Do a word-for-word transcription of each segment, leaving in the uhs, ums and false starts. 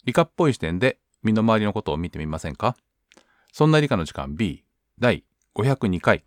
理科っぽい視点で身の回りのことを見てみませんか？そんな理科の時間 B だいごひゃくにかい。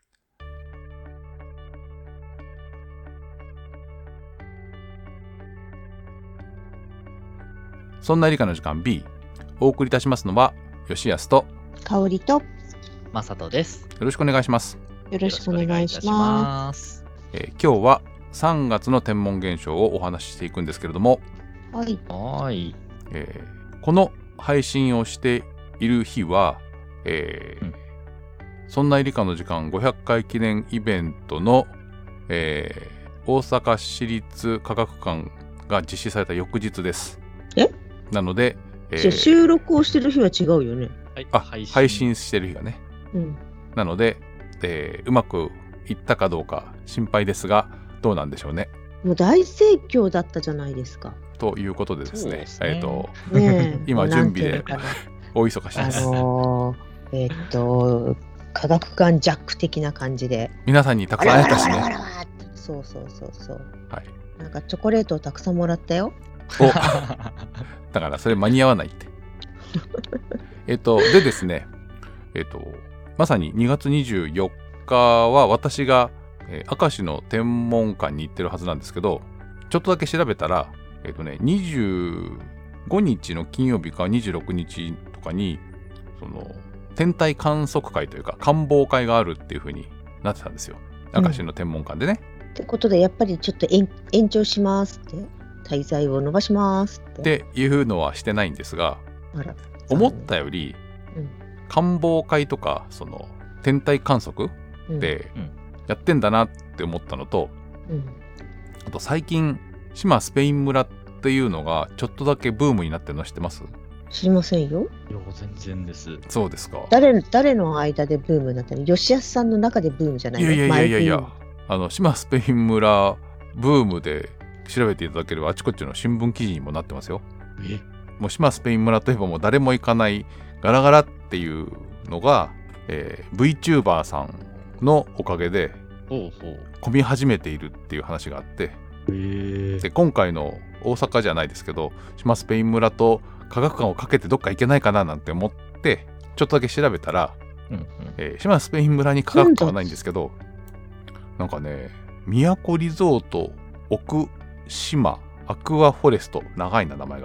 そんな理科の時間 B、 お送りいたしますのは吉安と香りとまさとです。 よろしくお願いします。 よろしくお願いします。 えー、今日はさんがつの天文現象をお話ししていくんですけれども、 はい、 はいえー、この配信をしている日は、えーうん、そんな理科の時間ごひゃっかい記念イベントの、えー、大阪市立科学館が実施された翌日です。 えなので、 えー、収録をしてる日は違うよね。 あ、配信、配信してる日がね、 うん、 なので、えー、うまくいったかどうか心配ですが、どうなんでしょうね。 もう大盛況だったじゃないですか。 ということでですね、 ですねえーとね今準備で大忙しです。 あのー、えー、っと科学館ジャック的な感じで皆さんにたくさん会えたしね。 そうそうそうそう。 はい。 なんかチョコレートをたくさんもらったよ。 おだからそれ間に合わないって。えっとでですね、えっとまさににがつにじゅうよっかは私が、えー、明石の天文館に行ってるはずなんですけど、ちょっとだけ調べたら、えっとね、にじゅうごにちの金曜日かにじゅうろくにちとかにその天体観測会というか観望会があるっていう風になってたんですよ、明石の天文館でね、 うん、ってことでやっぱりちょっと延, 延長しますって、滞在を伸ばしますってっていうのはしてないんですが、 あら思ったより、うん、観望会とかその天体観測でやってんだなって思ったのと、うん、あと最近島スペイン村っていうのがちょっとだけブームになってるの知ってます？ 知りませんよ。 いや全然です。 そうですか。 誰, 誰の間でブームになったの？吉安さんの中でブームじゃないの？ いやいやいやいやいや、あの島スペイン村ブームで調べていただければあちこちの新聞記事にもなってますよ。 えもう島スペイン村といえばもう誰も行かないガラガラっていうのが、えー、VTuber さんのおかげで混み始めているっていう話があって、で今回の大阪じゃないですけど島スペイン村と科学館をかけてどっか行けないかななんて思ってちょっとだけ調べたら、うんうんえー、島スペイン村に科学館はないんですけど、なんかね宮古リゾート奥島アクアフォレスト、長いな名前が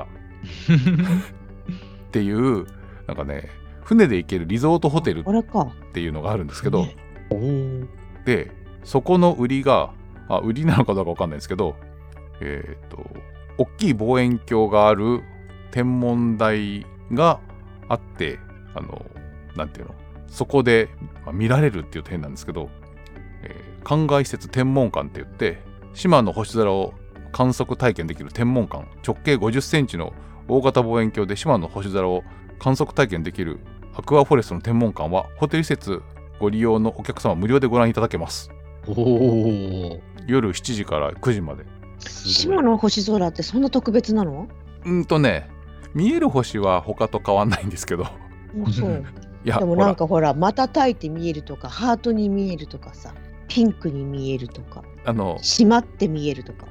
っていうなんかね船で行けるリゾートホテルっていうのがあるんですけど、でそこの売りがあ売りなのかどうか分かんないですけど、えっと大きい望遠鏡がある天文台があって、あのなんていうのそこで、まあ、見られるっていう点なんですけど、えー、館外施設天文館って言って島の星空を観測体験できる天文館、直径ごじゅっセンチの大型望遠鏡で島の星空を観測体験できるアクアフォレストの天文館はホテル施設ご利用のお客様無料でご覧いただけます。 おー、 夜しちじからくじまで。 島の星空ってそんな特別なの？ うんとね見える星は他と変わんないんですけどそういやでもなんかほら瞬いて見えるとかハートに見えるとかさ、ピンクに見えるとか、あの閉まって見えるとか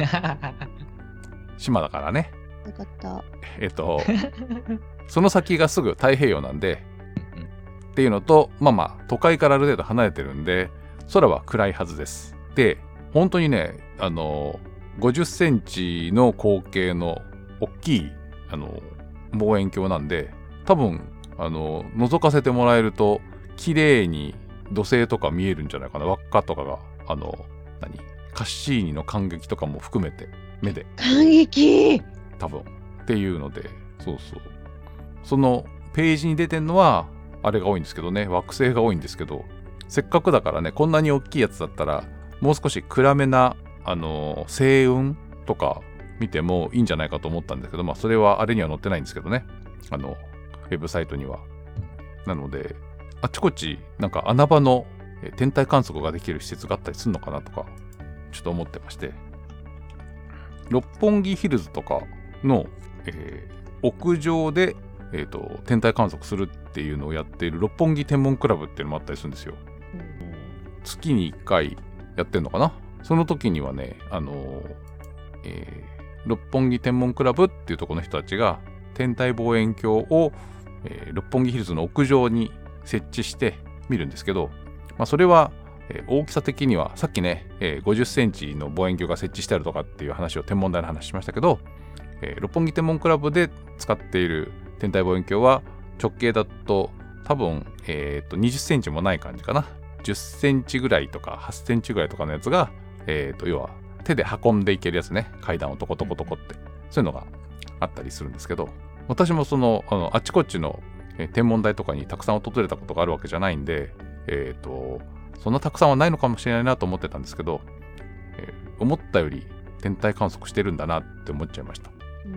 島だからね。 よかった。 えっとその先がすぐ太平洋なんでっていうのと、まあまあ都会からある程度離れてるんで空は暗いはずです。で本当にねあのごじゅっセンチの口径の大きいあの望遠鏡なんで、多分あの覗かせてもらえると綺麗に土星とか見えるんじゃないかな。輪っかとかがあの何カッシーニの感激とかも含めて目で感激多分っていうので、そうそうそのページに出てんのはあれが多いんですけどね、惑星が多いんですけど、せっかくだからねこんなに大きいやつだったらもう少し暗めなあの星雲とか見てもいいんじゃないかと思ったんですけど、まあそれはあれには載ってないんですけどね、あのウェブサイトには。なのであちこちなんか穴場の天体観測ができる施設があったりするのかなとかちょっと思ってまして、六本木ヒルズとかの、えー、屋上で、えーと、天体観測するっていうのをやっている六本木天文クラブっていうのもあったりするんですよ。月にいっかいやってんのかな。その時にはね、あのーえー、六本木天文クラブっていうところの人たちが天体望遠鏡を、えー、六本木ヒルズの屋上に設置して見るんですけど、まあ、それは、えー、大きさ的にはさっきね、えー、ごじゅっセンチの望遠鏡が設置してあるとかっていう話を天文台の話しましたけど、えー、六本木天文クラブで使っている天体望遠鏡は直径だと多分、えー、とにじゅっセンチもない感じかな。じゅっセンチぐらいとかはちセンチぐらいとかのやつが、えー、と要は手で運んでいけるやつね、階段をトコトコトコって、そういうのがあったりするんですけど、私もその あのあっちこっちの、えー、天文台とかにたくさん訪れたことがあるわけじゃないんで、えー、とそんなたくさんはないのかもしれないなと思ってたんですけど、えー、思ったより天体観測してるんだなって思っちゃいました。 うん、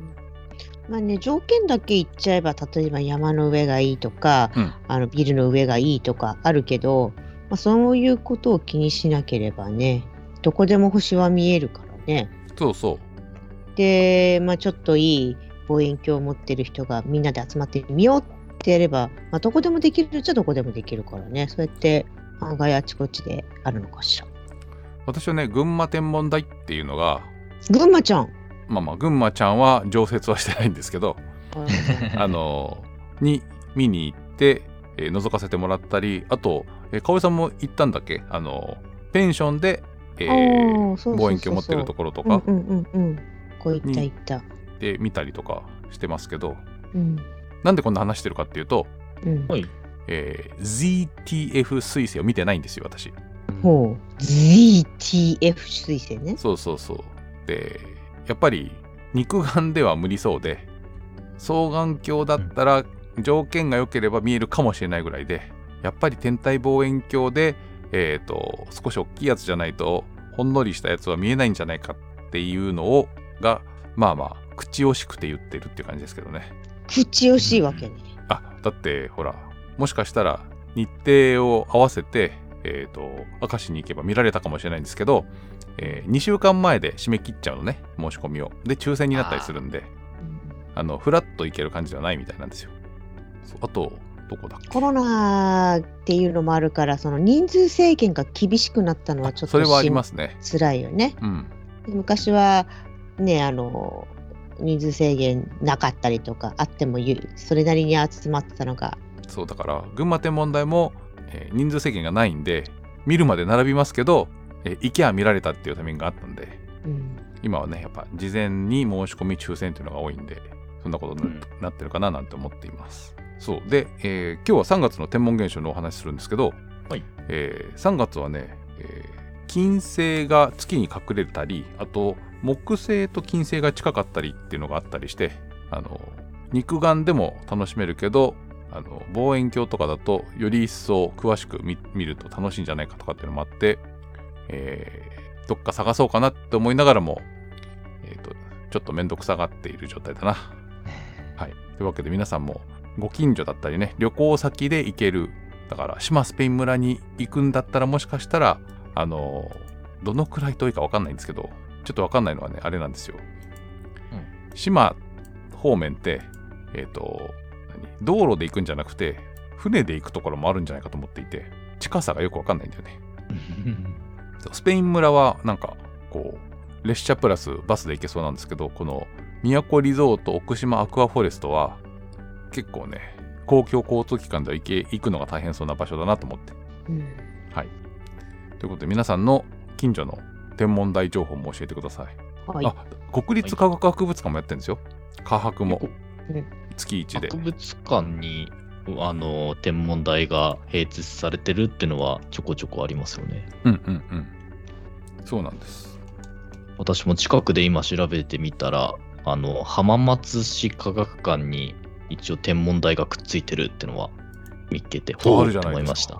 まあね、条件だけ言っちゃえば、例えば山の上がいいとか、うん、あのビルの上がいいとかあるけど、まあ、そういうことを気にしなければね、どこでも星は見えるからね。 そうそう。 で、まあ、ちょっといい望遠鏡を持ってる人がみんなで集まってみようってやれば、まあ、どこでもできるっちゃどこでもできるからね。そうやって案外あちこちであるのかしら。 私はね、群馬天文台っていうのが、 群馬ちゃんまあまあ群馬ちゃんは常設はしてないんですけどあのに見に行って、えー、覗かせてもらったり、あと、えー、香織さんも行ったんだっけ、あのペンションで、えー、望遠鏡持ってるところとか、 うんうんうんうん、こういったいったで見たりとかしてますけど、 うん、 なんでこんな話してるかっていうと、 うん、 えー、ゼッティーエフ 彗星を見てないんですよ私。 ほう ゼッティーエフ 彗星ね。 そうそうそう。でやっぱり肉眼では無理そうで、双眼鏡だったら条件が良ければ見えるかもしれないぐらいで、やっぱり天体望遠鏡で、えーと、少し大きいやつじゃないとほんのりしたやつは見えないんじゃないかっていうのをがまあまあ口惜しくて言ってるっていう感じですけどね。 口惜しいわけね。 あ、だってほら、もしかしたら日程を合わせてえーと明石に行けば見られたかもしれないんですけど、えー、にしゅうかんまえで締め切っちゃうのね、申し込みを。で抽選になったりするんで、あのフラッと行ける感じではないみたいなんですよ。そう、あとどこだっけ、 コロナっていうのもあるから、その人数制限が厳しくなったのはちょっとそれはありますね。 辛いよね、 うん、 昔はね、あの人数制限なかったりとかあってもそれなりに集まってたのが、 そうだから群馬天文台も、えー、人数制限がないんで見るまで並びますけど、えー、行きゃ見られたっていうタイミングがあったんで、うん、今はねやっぱ事前に申し込み抽選っていうのが多いんで、そんなことに な,、うん、なってるかななんて思っています。そうで、えー、今日はさんがつの天文現象のお話するんですけど、はい、えー、さんがつはね、えー、金星が月に隠れたり、あと木星と金星が近かったりっていうのがあったりして、あの肉眼でも楽しめるけど、あの望遠鏡とかだとより一層詳しく 見, 見ると楽しいんじゃないかとかっていうのもあって、えー、どっか探そうかなって思いながらも、えー、とちょっとめんどくさがっている状態だな。はい、というわけで皆さんもご近所だったりね、旅行先で行ける、だから島スペイン村に行くんだったら、もしかしたらあのどのくらい遠いか分かんないんですけど、ちょっと分かんないのはねあれなんですよ、うん、島方面ってえっ、ー、と道路で行くんじゃなくて船で行くところもあるんじゃないかと思っていて、近さがよく分かんないんだよねスペイン村はなんかこう列車プラスバスで行けそうなんですけど、この宮古リゾート奥島アクアフォレストは結構ね公共交通機関では行け行くのが大変そうな場所だなと思って、うん、はい。ということで皆さんの近所の天文台情報も教えてください。はい、あ、国立科学博物館もやってるんですよ。科博も月いちで。 博物館にあの天文台が併設されてるってのはちょこちょこありますよね。 うんうんうん。そうなんです。 私も近くで今調べてみたら、あの浜松市科学館に一応天文台がくっついてるってのは見っけて、ほうと思いました。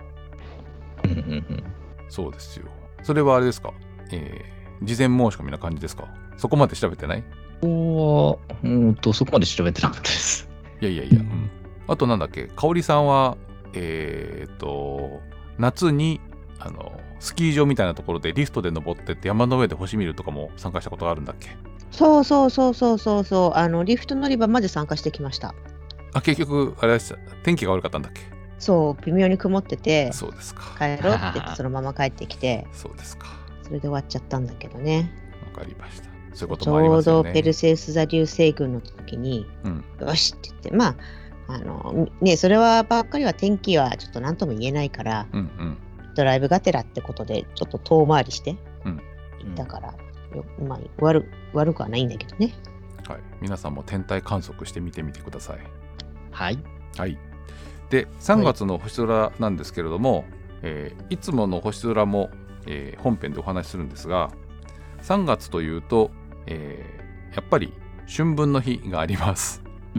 そうですよ。それはあれですか、えー、事前申し込みな感じですか？そこまで調べてない？ おうんとそこまで調べてなかったです。 いやいやいや、うん、あとなんだっけ、香織さんはえー、っと夏にあのスキー場みたいなところでリフトで登ってって山の上で星見るとかも参加したことがあるんだっけ？ そうそうそうそうそうそう、あのリフト乗り場まで参加してきました。 あ、結局あれでした、天気が悪かったんだっけ？ そう、微妙に曇ってて、 そうですか、 帰ろうって言ってそのまま帰ってきてそうですか、 それで終わっちゃったんだけどね。 わかりました。 そういうこともありますよね。 ちょうどペルセウス座流星群の時に、うん、よしって言って、まああのね、それはばっかりは天気はちょっと何とも言えないから、うんうん、ドライブがてらってことでちょっと遠回りして行ったから、うん、まあ、悪, 悪くはないんだけどね。 はい、皆さんも天体観測してみてみてください。 はい、 はい、でさんがつの星空なんですけれども、はい、えー、いつもの星空も、えー、本編でお話しするんですが、さんがつというと、えー、やっぱり春分の日があります。うん、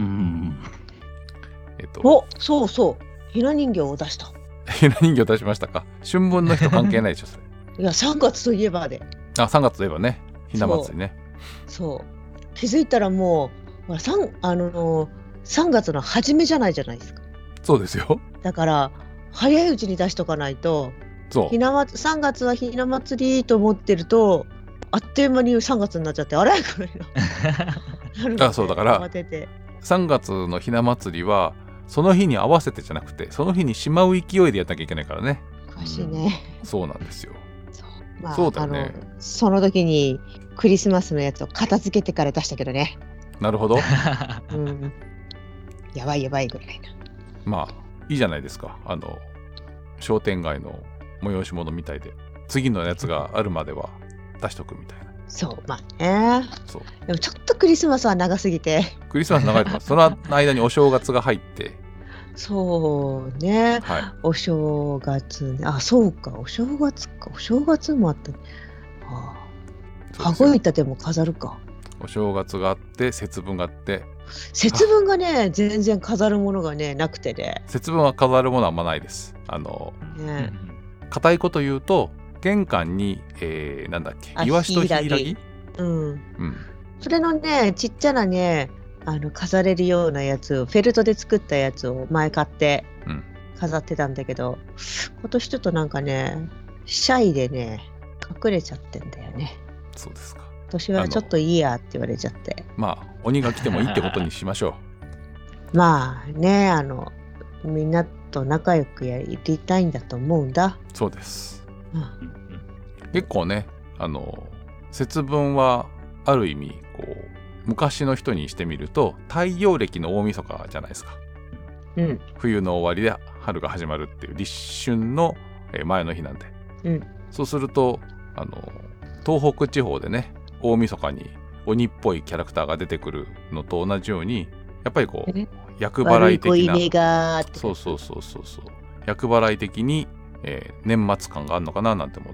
えっと、お、そうそう、ひな人形を出した。 ひな人形出しましたか。春分の日と関係ないでしょそれ。 いや、さんがつといえばで。 あ、さんがつといえばね、ひな祭りね。 そう、そう気づいたらもうほら 3, あのさんがつの初めじゃないじゃないですか。 そうですよ。 だから早いうちに出しとかないと、そうひな、ま、さんがつはひな祭りと思ってるとあっという間にさんがつになっちゃって、あれこれなあ、そうだからさんがつのひな祭りはその日に合わせてじゃなくて、その日にしまう勢いでやんなきゃいけないからね。 おかしいね、 うん、そうなんですよ。 そう、まあ、 そうだね。 その時にクリスマスのやつを片付けてから出したけどね。 なるほど、 うん、やばいやばいぐらいな。 まあいいじゃないですか。あの商店街の催し物みたいで、次のやつがあるまでは出しとくみたいな。 そうまあね。 そうでもちょっとクリスマスは長すぎて。 クリスマス長いとその間にお正月が入ってそうね、はい、お正月ね。あ、そうか、お正月か。お正月もあった、ね、はあ、羽子板でも飾るか。 お正月があって節分があって、 節分がね全然飾るものがねなくてね。 節分は飾るものはあんまないです。あのね、固いこと言うと玄関に、えー、なんだっけ、イワシとヒイラギ、 うん、うん、それのねちっちゃなねあの飾れるようなやつをフェルトで作ったやつを前買って飾ってたんだけど、うん、今年ちょっとなんかねシャイでね隠れちゃってんだよね。 そうですか。 今年はちょっといいやって言われちゃって、 まあ鬼が来てもいいってことにしましょう。まあね、あのみんなと仲良くやりたいんだと思うんだ。 そうです、うん、結構ね、あの節分はある意味こう昔の人にしてみると太陽暦の大晦日じゃないですか、うん、冬の終わりで春が始まるっていう立春の前の日なんで、うん、そうするとあの東北地方でね大晦日に鬼っぽいキャラクターが出てくるのと同じように、やっぱりこう厄払い的な、そうそうそうそうそう、厄払い的に、えー、年末感があるのかななんて思って。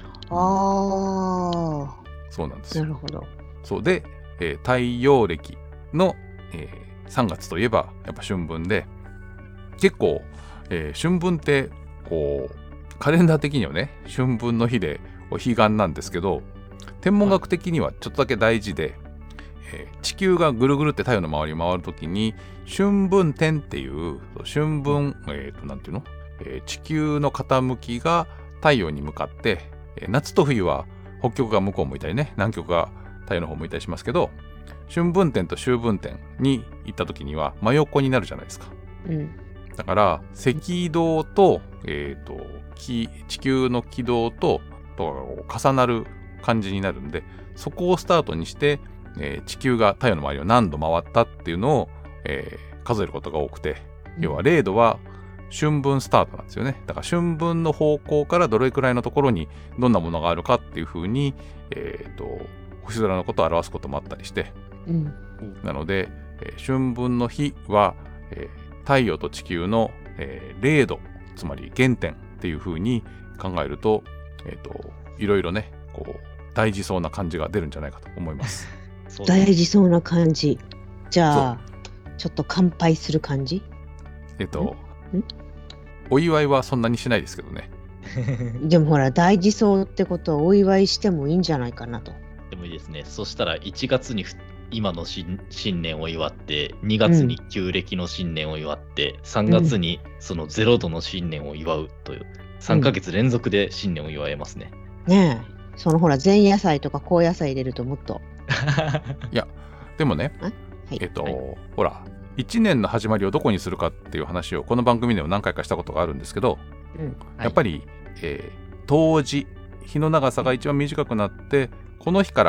ああ、 そうなんですよ。 なるほど。 そうで、えー、太陽暦の、えー、さんがつといえばやっぱ春分で、結構、えー、春分ってこうカレンダー的にはね春分の日でお彼岸なんですけど、天文学的にはちょっとだけ大事で、えー、地球がぐるぐるって太陽の周りを回るときに春分点っていう春分、えー、となんていうの、えー、地球の傾きが太陽に向かって、えー、夏と冬は北極が向こう向いたりね、南極が太陽の方向いたりしますけど、春分点と秋分点に行ったときには真横になるじゃないですか、うん、だから赤道と、えー、と地球の軌道とと重なる感じになるんで、そこをスタートにして、えー、地球が太陽の周りを何度回ったっていうのを、えー、数えることが多くて、要はれいどは春分スタートなんですよね。だから春分の方向からどれくらいのところにどんなものがあるかっていう風に、えー、と星空のことを表すこともあったりして、うん、なので、えー、春分の日は、えー、太陽と地球の、えー、れいど、つまり原点っていう風に考えると、えー、といろいろねこう大事そうな感じが出るんじゃないかと思います。 大事そうな感じ。じゃあちょっと乾杯する感じ。 えっとお祝いはそんなにしないですけどね。 でもほら大事そうってことはお祝いしてもいいんじゃないかなと。 でもいいですね。そしたらいちがつに今の新年を祝って、にがつに旧暦の新年を祝って、うん、さんがつにそのゼロどの新年を祝うという、さんかげつ連続で新年を祝えますね。 うん、ねえ。そのほら前夜祭とか後夜祭入れるともっといやでもね、はい、えっと、はい、ほらいちねんの始まりをどこにするかっていう話をこの番組でも何回かしたことがあるんですけど、うん、やっぱり、えー、冬至、日の長さが一番短くなって、この日から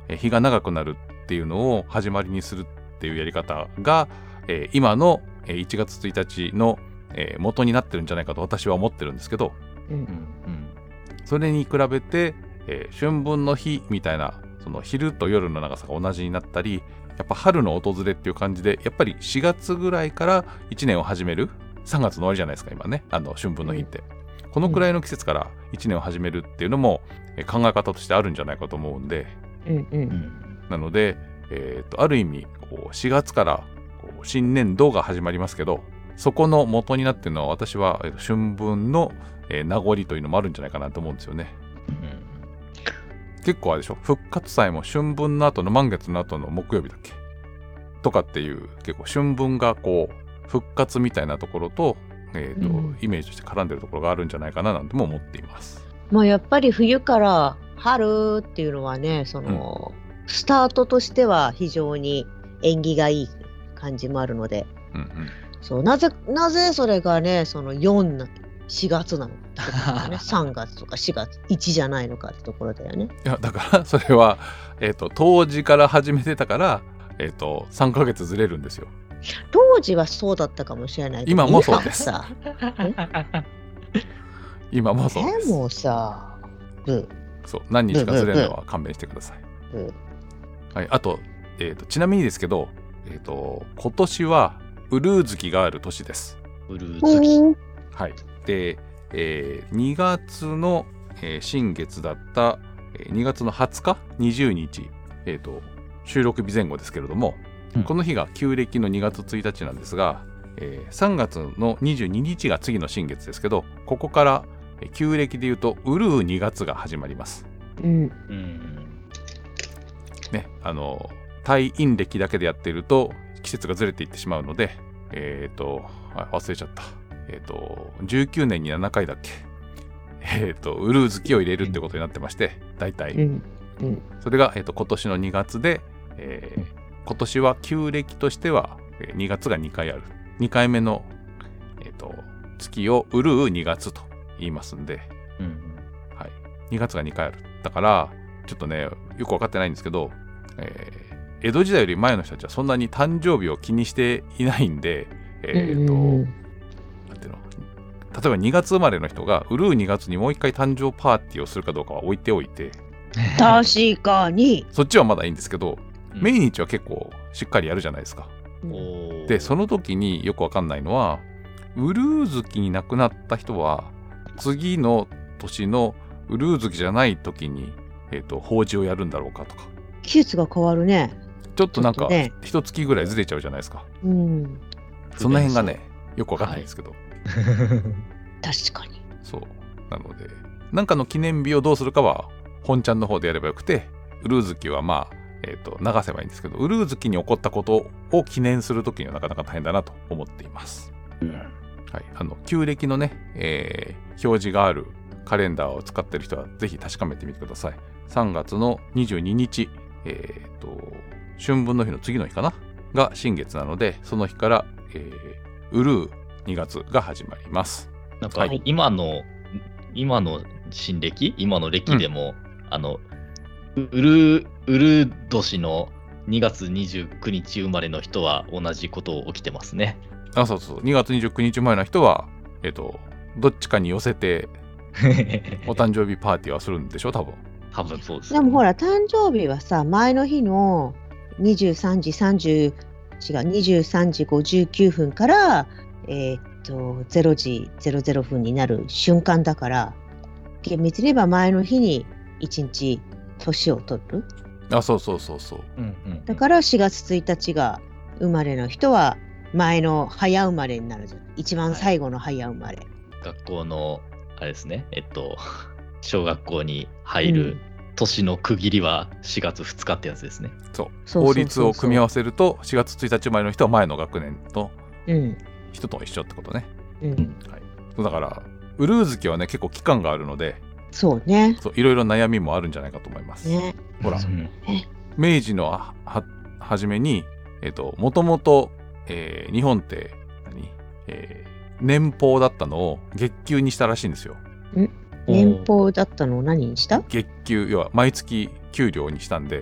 えー日が長くなるっていうのを始まりにするっていうやり方が、えー今のえーいちがつついたちの、えー元になってるんじゃないかと私は思ってるんですけど、 うんうんそれに比べて、えー春分の日みたいなその昼と夜の長さが同じになったり、やっぱ春の訪れっていう感じで、やっぱりしがつぐらいからいちねんを始める、さんがつの終わりじゃないですか今ね、あの春分の日って、うん、このくらいの季節からいちねんを始めるっていうのも、えー考え方としてあるんじゃないかと思うんで、 うんううんんなので、えーとある意味こうしがつからこう新年度が始まりますけど、そこの元になってるのは私は、えーと春分の、えー名残というのもあるんじゃないかなと思うんですよね。 うん結構あれでしょ、復活祭も春分の後の満月の後の木曜日だっけとかっていう、結構春分がこう復活みたいなところと、えーとうんイメージとして絡んでるところがあるんじゃないかななんても思っています。 まあやっぱり冬から春っていうのはね、その、スタートとしては非常に縁起がいい感じもあるので、 うんうん、 そうなぜなぜそれがね、そのよんなしがつなのかってことだよね。さんがつとかしがついちじゃないのかってところだよね。 いやだからそれは、えーと冬至から始めてたから、えーとさんかげつずれるんですよ。 当時はそうだったかもしれないけど、 今もそうです今はさ今もそうです。 でもさ、ブそう何日かずれるのは勘弁してください。 ーブーはい、あと、えーとちなみにですけど、えーと今年はウルー月がある年です。 ブルー月。 はい、で、えーにがつの、えー新月だった、えーにがつのはつかにじゅうにち、えーと収録日前後ですけれども、 うんこの日が旧暦のにがつついたちなんですが、えーさんがつのにじゅうににちが次の新月ですけど、ここからえー旧暦でいうとウルーにがつが始まります。 うんうんね、あの対陰暦だけでやっていると季節がずれていってしまうので、えっ、とあ忘れちゃった。えっ、とじゅうきゅうねんにななかいだっけ。えっ、とウルー月を入れるってことになってまして、だいたいうんうんそれが、えー、と今年のにがつで、えー今年は旧暦としてはえーにがつがにかいある。にかいめの、えー、と月をウルーにがつと言いますんで、 うんはい、にがつがにかいある。だからちょっとねよく分かってないんですけど、えー江戸時代より前の人たちはそんなに誕生日を気にしていないんで、えーとうんなんていうの、例えばにがつ生まれの人がウルーにがつにもう一回誕生パーティーをするかどうかは置いておいて、 確かに。 そっちはまだいいんですけど、 うん命日は結構しっかりやるじゃないですか。 おーでその時によくわかんないのは、ウルー月に亡くなった人は次の年のウルー月じゃない時に、えー、と法事をやるんだろうかとか、 季節が変わるね。 ちょっとなんかちょっとね一月ぐらいずれちゃうじゃないですか。 うん、 その辺がねよくわかんないですけど、 確かに。 そうなのでなんかの記念日をどうするかは本ちゃんの方でやればよくて、ウルー月はまあえー、と流せばいいんですけど、ウルー月に起こったことを記念するときにはなかなか大変だなと思っています。はい、あの旧暦のね、えー表示があるカレンダーを使ってる人はぜひ確かめてみてください。さんがつのにじゅうににち、えー、と春分の日の次の日かなが新月なので、その日から、えー、ウルーにがつが始まります。 なんかはい今の、今の新暦今の暦でも、あのウルウル年のにがつにじゅうくにち生まれの人は同じことを起きてますね。 あ、そうそう、にがつにじゅうくにちまえの人は、えっ、とどっちかに寄せてお誕生日パーティーはするんでしょ多分。 多分そうです、 でもほら、誕生日はさ、前の日のにじゅうさんじさんじゅう、違う、にじゅうさんじごじゅうきゅうふんから、えーっと、れいじぜろぜろふんになる瞬間だから、厳密に言えば前の日にいちにち年を取る。 あ、そうそうそうそう。 うんうん、 だからしがつついたちが生まれの人は前の早生まれになるじゃん。一番最後の早生まれ。 学校のあれですね、えっと小学校に入る年の区切りはしがつふつかってやつですね。 そうそうそうそうそう法律を組み合わせるとしがつついたち生まれの人は前の学年のうん。 人と一緒ってことね。 うん。 はい、そうだからウルー月はね結構期間があるので、 そうね。 そういろいろ悩みもあるんじゃないかと思います。 ね。 ほらうん明治のはは初めにえっ、ともともとえー日本って何、えー年俸だったのを月給にしたらしいんですよ。 年俸だったのを何にした？ 月給要は毎月給料にしたんで、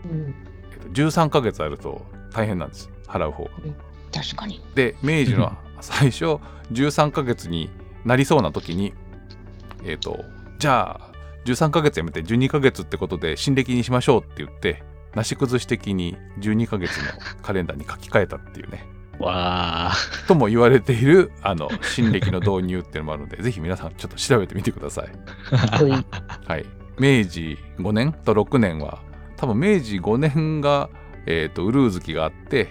うんえっと、じゅうさんかげつあると大変なんです、払う方が。 確かに。 で明治の最初じゅうさんかげつになりそうな時にえっとじゃあじゅうさんかげつやめてじゅうにかげつってことで新暦にしましょうって言ってなし崩し的にじゅうにかげつのカレンダーに書き換えたっていうねわあ。 とも言われているあの新暦の導入っていうのもあるのでぜひ皆さんちょっと調べてみてください。はい、明治ごねんとろくねんは多分明治ごねんが、えー、とウルー月があって、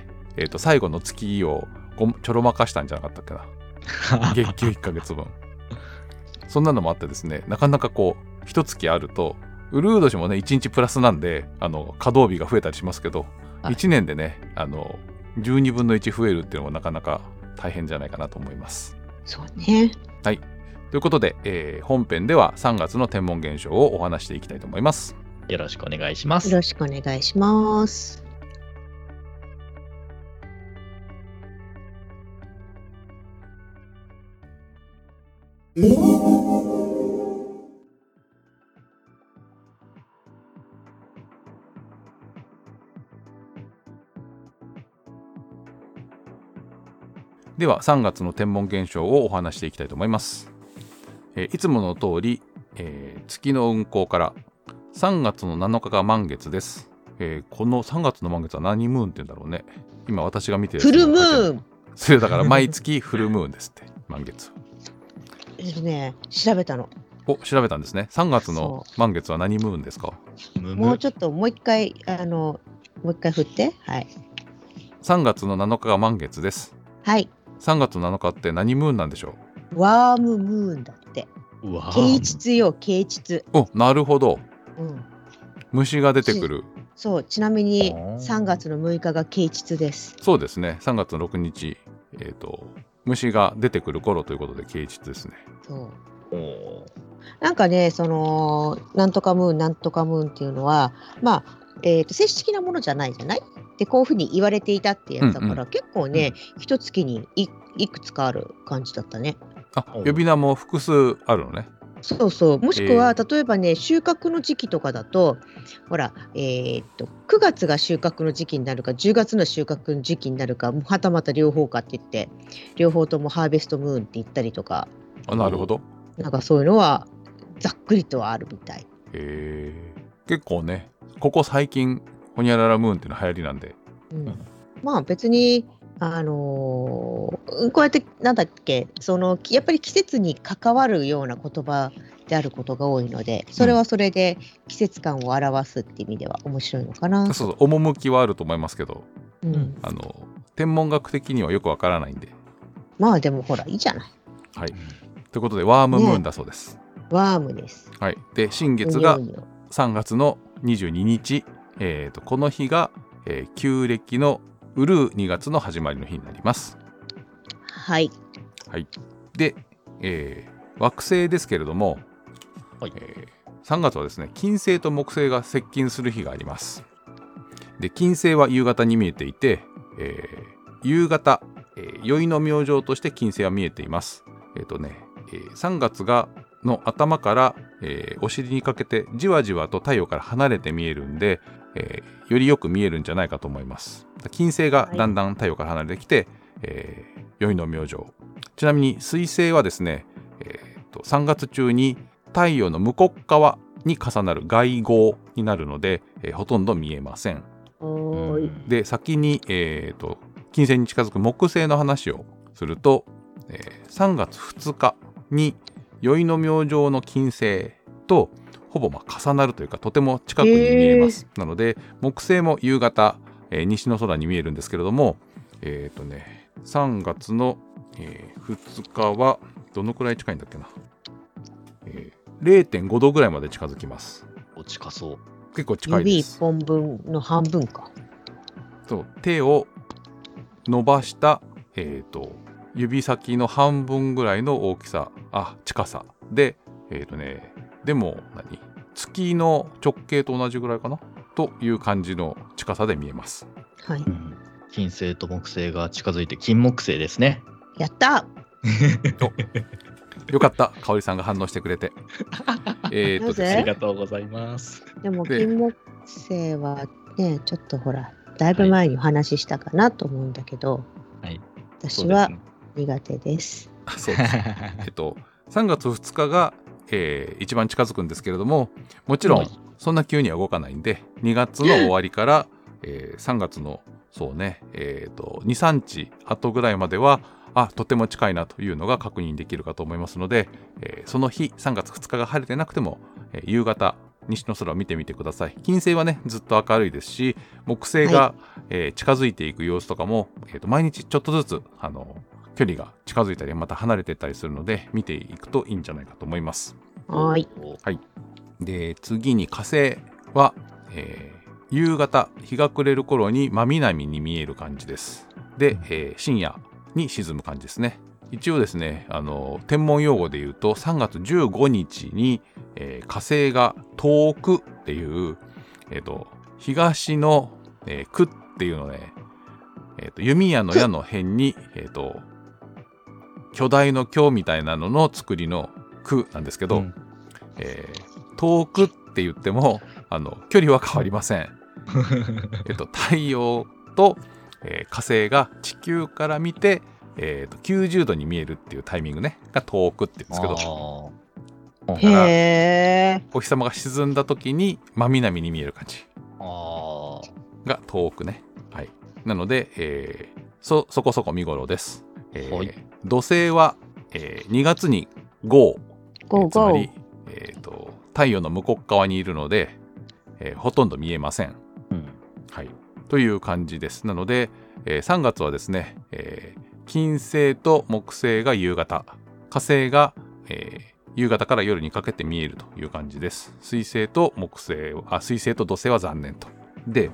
えー、と最後の月をごちょろまかしたんじゃなかったっけな月給いっかげつぶんそんなのもあってですねなかなかこう一月あるとウルー年もねいちにちプラスなんであの稼働日が増えたりしますけど、はい、いちねんでねあのじゅうにぶんのいち増えるっていうのもなかなか大変じゃないかなと思います。 そうね。 はい、ということで、えー、本編ではさんがつの天文現象をお話していきたいと思います。 よろしくお願いします。 よろしくお願いします。 ではさんがつの天文現象をお話していきたいと思います。えー、いつもの通り、えー、月の運行からさんがつのなのかが満月です。えー、このさんがつの満月は何ムーンって言うんだろうね。今私が見てるフルムーン。 それだから毎月フルムーンですって満月。 えっとね調べたの。 お調べたんですね。さんがつの満月は何ムーンですか？ もうちょっともう一回あのもう一回振って。はい。さんがつのなのかが満月です。 はい。 さんがつなのかって何ムーンなんでしょう？ワームムーンだって。啓蟄よ啓蟄。 おなるほど。 うん。 虫が出てくる。 そうちなみにさんがつのむいかが啓蟄です。 そうですね。さんがつのろくにちえっと虫が出てくる頃ということで啓蟄ですね。 そう。おなんかねそのなんとかムーンなんとかムーンっていうのはまあえーと正式なものじゃないじゃないでこういうふうに言われていたってやつだから、うんうん、結構ね一月に い, いくつかある感じだったね。 あ呼び名も複数あるのね。 そうそうもしくは、えー、例えばね収穫の時期とかだとほら、えー、とくがつが収穫の時期になるかじゅうがつの収穫の時期になるかはたまた両方かって言って両方ともハーベストムーンって言ったりとか。 あなるほど。 なんかそういうのはざっくりとはあるみたい。 へー結構ねここ最近ホニャララムーンっていうの流行りなんで、 うん、まあ別にあのー、こうやってなんだっけそのやっぱり季節に関わるような言葉であることが多いのでそれはそれで季節感を表すっていう意味では面白いのかな、 うん、そうそう趣はあると思いますけど、 うん、 あの天文学的にはよくわからないんでまあでもほらいいじゃない。 はいということでワームムーンだそうです、ね、 ワームです。 はいで新月がさんがつのにじゅうににちえー、とこの日が、えー、旧暦のウルーにがつの始まりの日になります。 はい、 はい、で、えー、惑星ですけれども、はいえー、さんがつはですね金星と木星が接近する日があります。で金星は夕方に見えていて、えー、夕方、えー、宵の明星として金星は見えています。えーとねえー、さんがつがの頭から、えー、お尻にかけてじわじわと太陽から離れて見えるんで、えー、よりよく見えるんじゃないかと思います。金星がだんだん太陽から離れてきて、はいえー、宵の明星。ちなみに水星はですね、えー、とさんがつ中に太陽の向こう側に重なる外号になるので、えー、ほとんど見えません。で先に、えー、と金星に近づく木星の話をすると、えー、さんがつふつかに宵の明星の金星とほぼまあ重なるというかとても近くに見えます。なので木星も夕方、えー、西の空に見えるんですけれども、えーとね、さんがつの、えー、ふつかはどのくらい近いんだっけな、えー、れいてんごどぐらいまで近づきます。 お近そう。 結構近いです。 指いっぽんぶんの半分か。 そう手を伸ばした、えーと指先の半分ぐらいの大きさあ近さでえっ、ー、とねでも何月の直径と同じぐらいかなという感じの近さで見えます。 はい、うん、 金星と木星が近づいて金木星ですね。 やったよかった香織さんが反応してくれてえっとありがとうございます。 でも金木星はねちょっとほらだいぶ前にお話ししたかなと思うんだけど、 はい、 私は苦手です。 そうですね、えっとさんがつふつかが、えー、一番近づくんですけれども、もちろんそんな急には動かないんで、にがつの終わりから、えー、さんがつのそうね、えー、とに、さんにち後ぐらいまではあとても近いなというのが確認できるかと思いますので、えー、その日さんがつふつかが晴れてなくても、えー、夕方西の空を見てみてください。金星はねずっと明るいですし、木星が、はい、えー、近づいていく様子とかも、えー、と毎日ちょっとずつあの距離が近づいたりまた離れていったりするので見ていくといいんじゃないかと思います。 はい、 はい、で次に火星は、えー、夕方日が暮れる頃に真南に見える感じです。で、えー、深夜に沈む感じですね。一応ですね、あの天文用語で言うとさんがつじゅうごにちに、えー、火星が遠くっていう、えー、と東の、えー、くっていうのね、えー、と弓矢の矢の辺に、えー、と巨大の巨みたいなのの作りのくなんですけど、うん、えー、遠くって言ってもあの距離は変わりません。えっと太陽と、えー、火星が地球から見て、えー、ときゅうじゅうどに見えるっていうタイミングねが遠くって言うんですけど、だからへお日様が沈んだ時に真南に見える感じあが遠くね。はい、なので、えー、そ, そこそこ見頃です。えーはい、土星は、えー、にがつにゴー、 ゴーゴー、 つまり、えー、と太陽の向こう側にいるので、えー、ほとんど見えません、うんはい、という感じです。なので、えー、さんがつはですね、えー、金星と木星が夕方、火星が、えー、夕方から夜にかけて見えるという感じです。水星と木星あ水星と土星は残念と。で、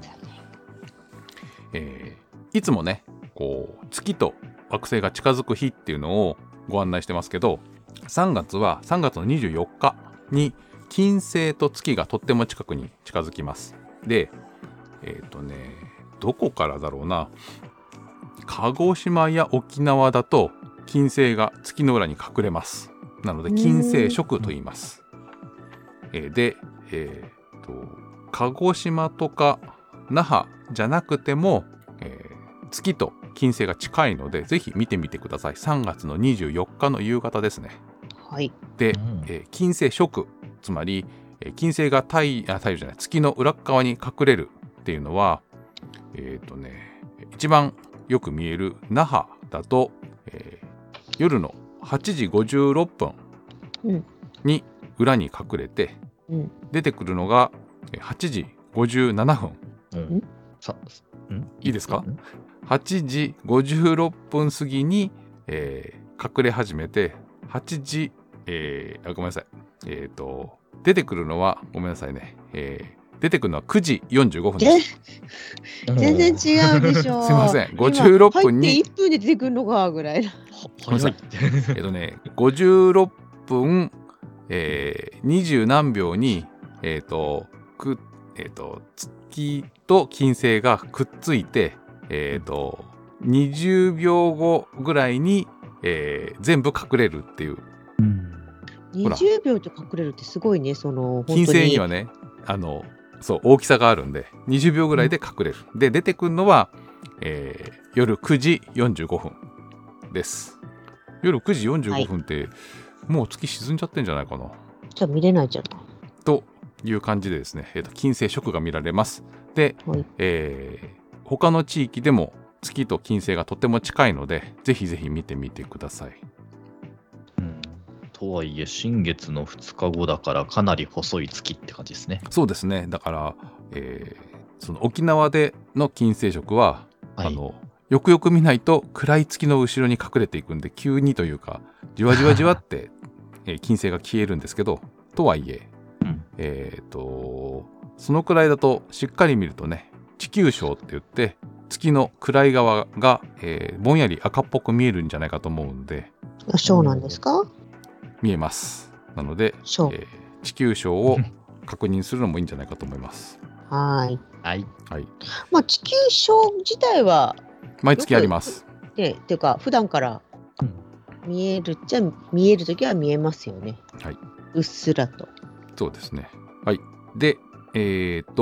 えー、いつもねこう月と惑星が近づく日っていうのをご案内してますけど、さんがつはさんがつのにじゅうよっかに金星と月がとっても近くに近づきます。で、えっとね、どこからだろうな、鹿児島や沖縄だと金星が月の裏に隠れます。なので金星食と言います。えー、で、えー、と鹿児島とか那覇じゃなくても、えー、月と金星が近いのでぜひ見てみてください。さんがつのにじゅうよっかの夕方ですね。 はい。 で、えー、金星食、つまり、えー、金星が太、あ、太陽じゃない月の裏側に隠れるっていうのは、えっとね、一番よく見える那覇だと、えー、夜のはちじごじゅうろっぷんに裏に隠れて、うん、出てくるのがはちじごじゅうななふん、うん、さんいいですか、はちじごじゅうろっぷん過ぎに、えー、隠れ始めてはちじ、えー、あごめんなさい、えっと出てくるのはごめんなさいね、えー、出てくるのはくじよんじゅうごふんです。 全然違うでしょ。 すいません、ごじゅうろっぷんに入っていっぷんで出てくるのかぐらい。 ごめんなさいえっとねごじゅうろっぷん、えー、にじゅうなんびょうにえっ、ー、とくえっ、ー、と月と金星がくっついてえっ、ー、とにじゅうびょうごぐらいに、えー、全部隠れるっていう、うん、 にじゅうびょうと隠れるってすごいね。その金星にはねあのそう大きさがあるんでにじゅうびょうぐらいで隠れる、うん、で出てくるのは、えー、夜くじよんじゅうごふんです。夜くじよんじゅうごふんって、はい、もう月沈んじゃってんじゃないかな。 じゃあ見れないじゃないという感じでですね、えー、と金星食が見られます。で、はい、えー、他の地域でも月と金星がとても近いのでぜひぜひ見てみてください。 うん、とはいえ新月のふつかごだからかなり細い月って感じですね。 そうですね。だから、えー、その沖縄での金星食は、はい、あのよくよく見ないと暗い月の後ろに隠れていくんで急にというかじわじわじわって、えー、金星が消えるんですけど、とはいえ、うん、えーとそのくらいだとしっかり見るとね地球章って言って月の暗い側が、えー、ぼんやり赤っぽく見えるんじゃないかと思うんで。 章なんですか？ 見えます。なので、えー、地球章を確認するのもいいんじゃないかと思います。 はいはい、 はい、 まあ地球章自体は毎月あります。 で、っていうか普段から見えるっちゃ見えるときは見えますよね。 はい。 うっすらと。 そうですね。はい。で、えーと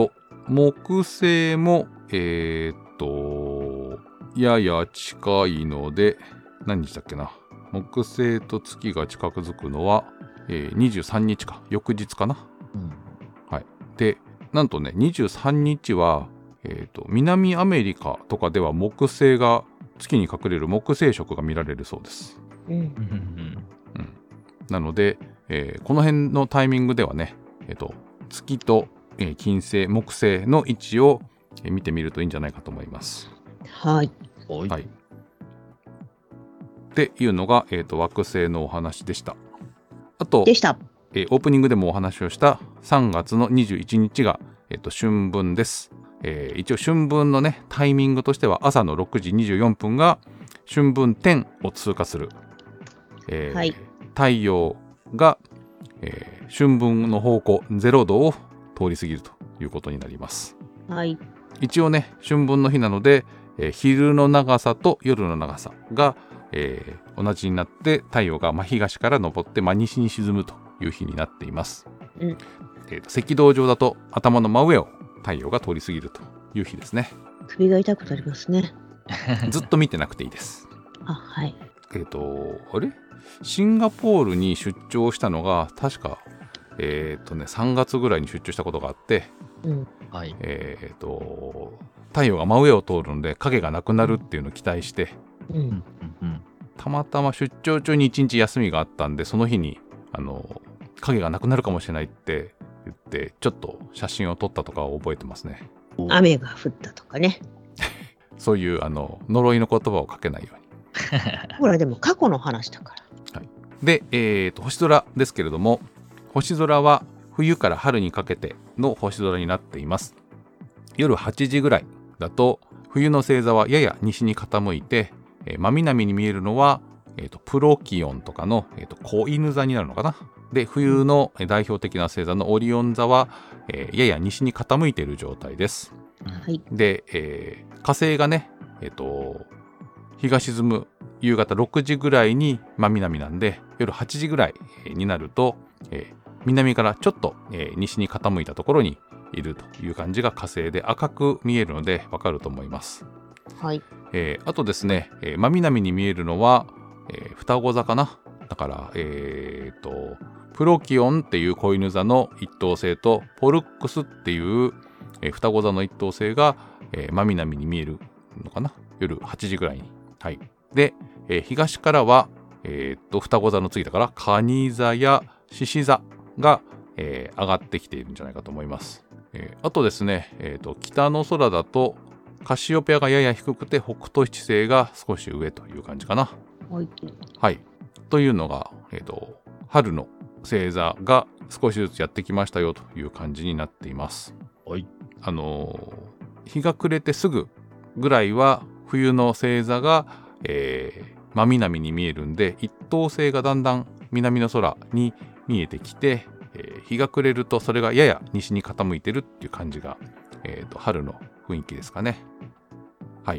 木星もえー、っとやや近いので、何日だっけな、木星と月が近づくのは、えー、にじゅうさんにちか、翌日かな、うん、はい。でなんとねにじゅうさんにちは、えー、と南アメリカとかでは木星が月に隠れる木星食が見られるそうです、うんうん、なので、えー、この辺のタイミングではね、えー、と月と、えー、金星木星の位置を、えー、見てみるといいんじゃないかと思います。 はい、 はい、っていうのが、えー、と惑星のお話でした。あとでした、 えー、オープニングでもお話をしたさんがつのにじゅういちにちが、えー、と春分です。えー、一応春分のねタイミングとしては朝のろくじにじゅうよんぷんが春分点を通過する、えーはい、太陽が、えー、春分の方向ゼロどを通り過ぎるということになります。 はい、 一応ね春分の日なので、えー、昼の長さと夜の長さが、えー、同じになって太陽が真東から昇って真西に沈むという日になっています、うんえー、と赤道上だと頭の真上を太陽が通り過ぎるという日ですね。 首が痛くなりますね。 ずっと見てなくていいです。 あ、はい。 えっ、ー、とあれシンガポールに出張したのが確かえっ、ー、とねさんがつぐらいに出張したことがあって、うんはい、えっ、ー、と太陽が真上を通るので影がなくなるっていうのを期待して、うんうんうん、たまたま出張中にいちにち休みがあったんでその日にあの影がなくなるかもしれないって言ってちょっと写真を撮ったとかを覚えてますね。 雨が降ったとかねそういうあの呪いの言葉をかけないようにほらでも過去の話だから、 はい、で、えーと、星空ですけれども星空は冬から春にかけての星空になっています。夜はちじぐらいだと冬の星座はやや西に傾いて、えー、真南に見えるのは、えーと、プロキオンとかの、えーと、子犬座になるのかな。で冬の代表的な星座のオリオン座は、えー、やや西に傾いている状態です、はい、で、えー、火星がね、えーと、日が沈む夕方ろくじぐらいに真南なんで夜はちじぐらいになると、えー、南からちょっと、えー、西に傾いたところにいるという感じが火星で赤く見えるのでわかると思います、はいえー、あとですね、えー、真南に見えるのは、えー、双子座かな。だからえーとプロキオンっていう子犬座の一等星とポルックスっていう、えー、双子座の一等星が、えー、真南に見えるのかな夜はちじぐらいに、はい、で、えー、東からは、えー、と双子座の次だから蟹座や獅子座が、えー、上がってきているんじゃないかと思います、えー、あとですね、えー、と北の空だとカシオペアがやや低くて北斗七星が少し上という感じかな。はい、はい、というのが、えー、と春の星座が少しずつやってきましたよという感じになっています。はい、あのー、日が暮れてすぐぐらいは冬の星座が、えー、真南に見えるんで一等星がだんだん南の空に見えてきて、えー、日が暮れるとそれがやや西に傾いてるっていう感じが、えーと、春の雰囲気ですかね。はい、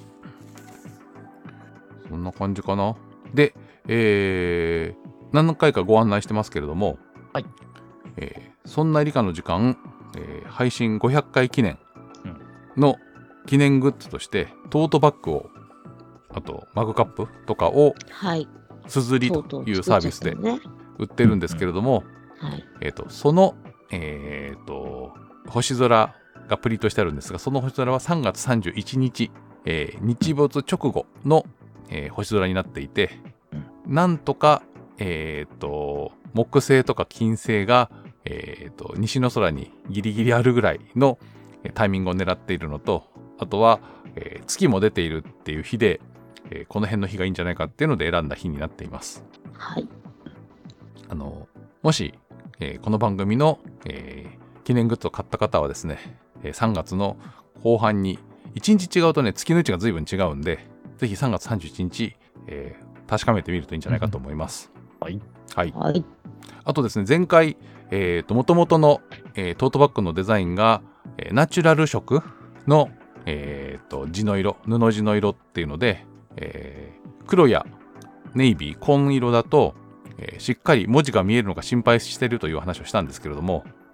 そんな感じかな。で、えー何回かご案内してますけれども、はいえー、そんな理科の時間、えー、配信ごひゃっかい記念の記念グッズとしてトートバッグをあとマグカップとかをすずりというサービスで売ってるんですけれども、はいえー、とその、えー、と星空がプリントしてあるんですがその星空はさんがつさんじゅういちにち、えー、日没直後の、えー、星空になっていて、なんとかえー、と木星とか金星が、えー、と西の空にギリギリあるぐらいのタイミングを狙っているのとあとは、えー、月も出ているっていう日で、えー、この辺の日がいいんじゃないかっていうので選んだ日になっています。はい、あのもし、えー、この番組の、えー、記念グッズを買った方はですねさんがつの後半にいちにち違うとね月の位置が随分違うんでぜひさんがつさんじゅういちにち、えー、確かめてみるといいんじゃないかと思います。はいはいはい、あとですね前回、えーと、元々の、えー、トートバッグのデザインが、えー、ナチュラル色の、えーと、地の色布地の色っていうので、えー、黒やネイビー紺色だと、えー、しっかり文字が見えるのが心配しているという話をしたんですけれども、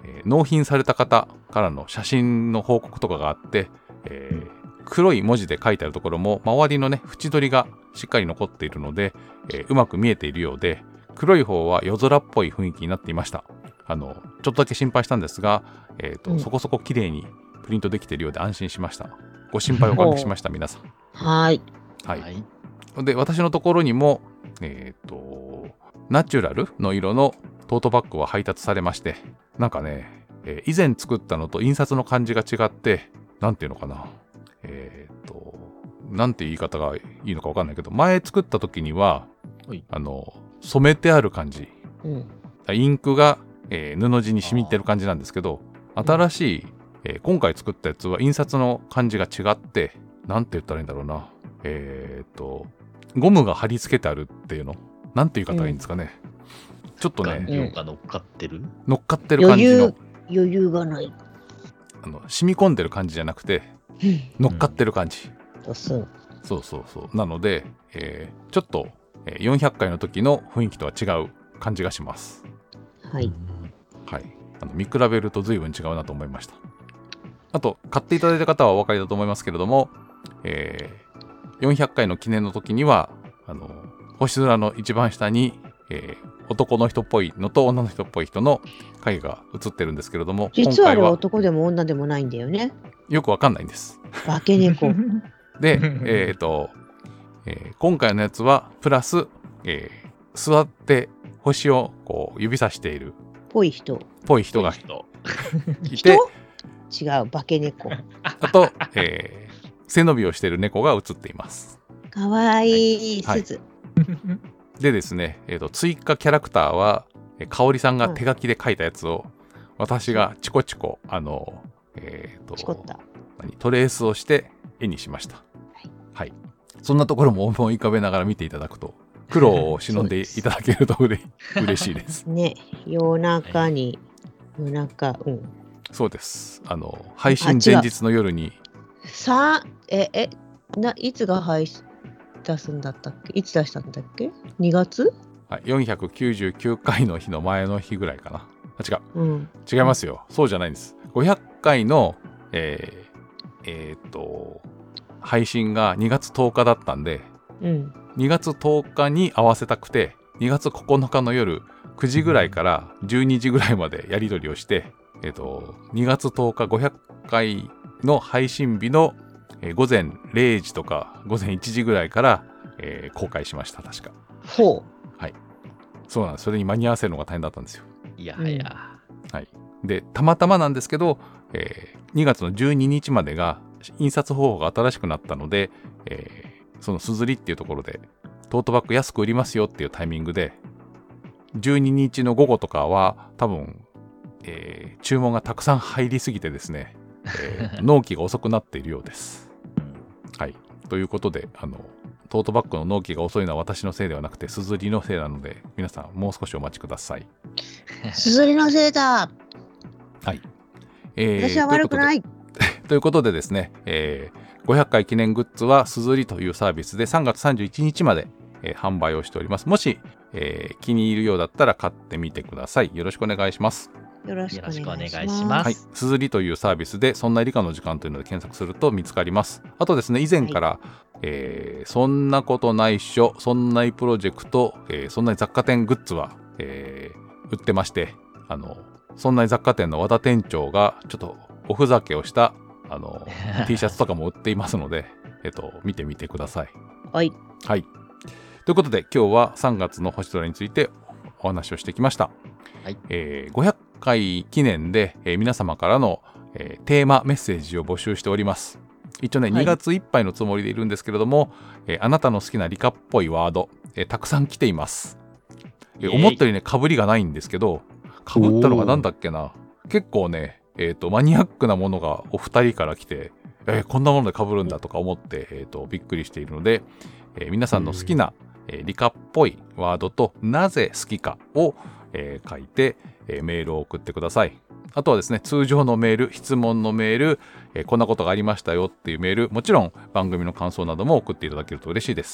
えー、納品された方からの写真の報告とかがあって、えー、黒い文字で書いてあるところも周りのね縁取りがしっかり残っているので、えー、うまく見えているようで、黒い方は夜空っぽい雰囲気になっていました。あのちょっとだけ心配したんですが、えーとうん、そこそこ綺麗にプリントできているようで安心しました。ご心配おかけしました皆さん。 はい、 はい、で私のところにも、えーとナチュラルの色のトートバッグは配達されまして、なんかね、えー、以前作ったのと印刷の感じが違って、なんていうのかな、えーとなんていう言い方がいいのか分かんないけど、前作った時にはあの染めてある感じ、うん、インクが、えー、布地に染みてる感じなんですけど、新しい、えー、今回作ったやつは印刷の感じが違って、なんて言ったらいいんだろうな、えーとゴムが貼り付けてあるっていうの、なんていう言い方がいいんですかね、うん、ちょっとね、 顔料が乗っかってる乗っかってる感じの余裕、余裕がない、 あの染み込んでる感じじゃなくて乗っかってる感じ、 うん、そうそうそうそうなので、えー、ちょっとよんひゃっかいの時の雰囲気とは違う感じがします。 はい、 はい、あの見比べると随分違うなと思いました。あと買っていただいた方はお分かりだと思いますけれども、えー、よんひゃっかいの記念の時にはあの星空の一番下に、えー、男の人っぽいのと女の人っぽい人の影が映ってるんですけれども、 実はあれは男でも女でもないんだよね。 よくわかんないんです。 化け猫で、えーとえー、今回のやつはプラス、えー、座って星をこう指さしているぽい人ぽい人がいて、 違う化け猫あと、えー、背伸びをしている猫が映っています。 かわいい、はい、 でですね、えーと、追加キャラクターはかおりさんが手書きで描いたやつを、うん、私がチコチコあの、えーと、 チコったトレースをして絵にしました。はい、はい、そんなところも思い浮かべながら見ていただくと苦労を忍んでいただけると嬉しいですね。夜中に、はい、夜中、うん、 そうです。あの配信前日の夜にさあええないつが配信出すんだったっけ、いつ出したんだっけ、にがつ、 はい、よんひゃくきゅうじゅうきゅうかいの日の前の日ぐらいかな。あ違う、うん、違いますよ、そうじゃないんです。ごひゃっかいのえー、えー、っと配信がにがつとおかだったんで、うん、にがつとおかに合わせたくてにがつここのかの夜くじぐらいからじゅうにじぐらいまでやり取りをして、えー、っとにがつとおかごひゃっかいの配信日の、えー、午前れいじとか午前いちじぐらいから、えー、公開しました。確か。 ほう。はい。そうなんです。それに間に合わせるのが大変だったんですよ。 いやいや。 はい。でたまたまなんですけど、えー、にがつのじゅうににちまでが印刷方法が新しくなったので、えー、そのすずりっていうところでトートバッグ安く売りますよっていうタイミングでじゅうににちの午後とかは多分、えー、注文がたくさん入りすぎてですね、えー、納期が遅くなっているようです。はい。ということであのトートバッグの納期が遅いのは私のせいではなくてすずりのせいなので皆さんもう少しお待ちください。 すずりのせいだ。 はい。 えー、私は悪くない。 ということでですね、えー、ごひゃっかい記念グッズはすずりというサービスでさんがつさんじゅういちにちまで、えー、販売をしております。もし、えー、気に入るようだったら買ってみてください。よろしくお願いします。 よろしくお願いします。 ますはい、すずりというサービスでそんな理科の時間というので検索すると見つかります。あとですね、以前から、はい、えー、そんなことないっしょ、そんないプロジェクト、えー、そんな雑貨店グッズは、えー、売ってまして、あのそんな雑貨店の和田店長がちょっとおふざけをしたあのT シャツとかも売っていますので、えっと、見てみてください。 はい。 はい。ということで今日はさんがつの星空についてお話をしてきました。はい。えー、ごひゃっかい記念で、えー、皆様からの、えー、テーマメッセージを募集しております。一応ね、はい、にがついっぱいのつもりでいるんですけれども、えー、あなたの好きな理科っぽいワード、えー、たくさん来ています。えー、思ったよりね被りがないんですけど、被ったのがなんだっけな、結構ね、えーと、マニアックなものがお二人から来て、えー、こんなもので被るんだとか思って、えーと、びっくりしているので、えー、皆さんの好きな、えー、理科っぽいワードとなぜ好きかを、えー、書いて、えー、メールを送ってください。あとはですね、通常のメール、質問のメール、えー、こんなことがありましたよっていうメール、もちろん番組の感想なども送っていただけると嬉しいです。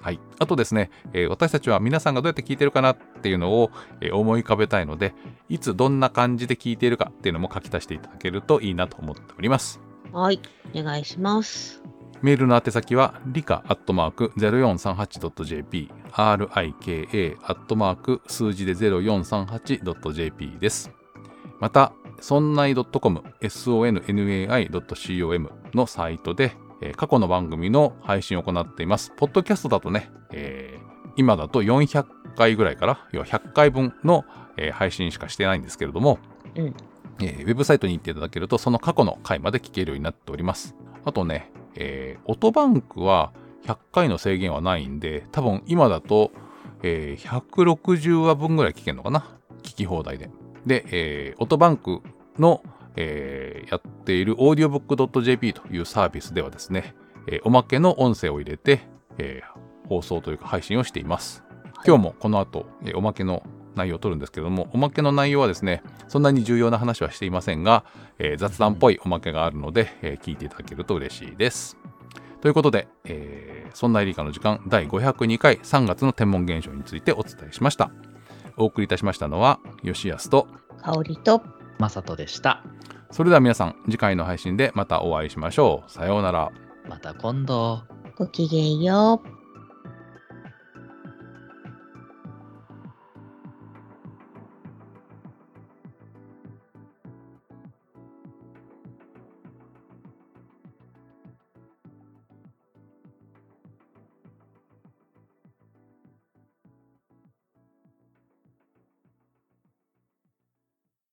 はい、あとですね、えー、私たちは皆さんがどうやって聞いてるかなっていうのを、えー、思い浮かべたいので、いつどんな感じで聞いているかっていうのも書き足していただけるといいなと思っております。 はい、お願いします。 メールの宛先はリカアットマーク ゼロよんさんはちドットジェーピー アールアイケーエー アットマーク数字で ゼロよんさんはちドットジェーピー です。また、そんない .com、ソンナイ ドットコム のサイトで、えー、過去の番組の配信を行っています。ポッドキャストだとね、えー、今だとよんひゃっかいぐらいから、要はひゃっかいぶんの、えー、配信しかしてないんですけれども、 うんえー、ウェブサイトに行っていただけると、その過去の回まで聞けるようになっております。あとね、えー、オトバンクはひゃっかいの制限はないんで、多分今だと、えー、ひゃくろくじゅうわぶんぐらい聞けるのかな、聞き放題で。で、えー、オトバンクのえー、やっている オーディオブックドットジェーピー というサービスではですね、えー、おまけの音声を入れて、えー、放送というか配信をしています。今日もこの後、えー、おまけの内容を取るんですけども、おまけの内容はですね、そんなに重要な話はしていませんが、えー、雑談っぽいおまけがあるので、えー、聞いていただけると嬉しいです。ということで、えー、そんな理科の時間だいごひゃくにかいさんがつの天文現象についてお伝えしました。お送りいたしましたのは吉安と香りとまさとでした。 それでは皆さん、次回の配信でまたお会いしましょう。さようなら。 また今度。 ごきげんよう。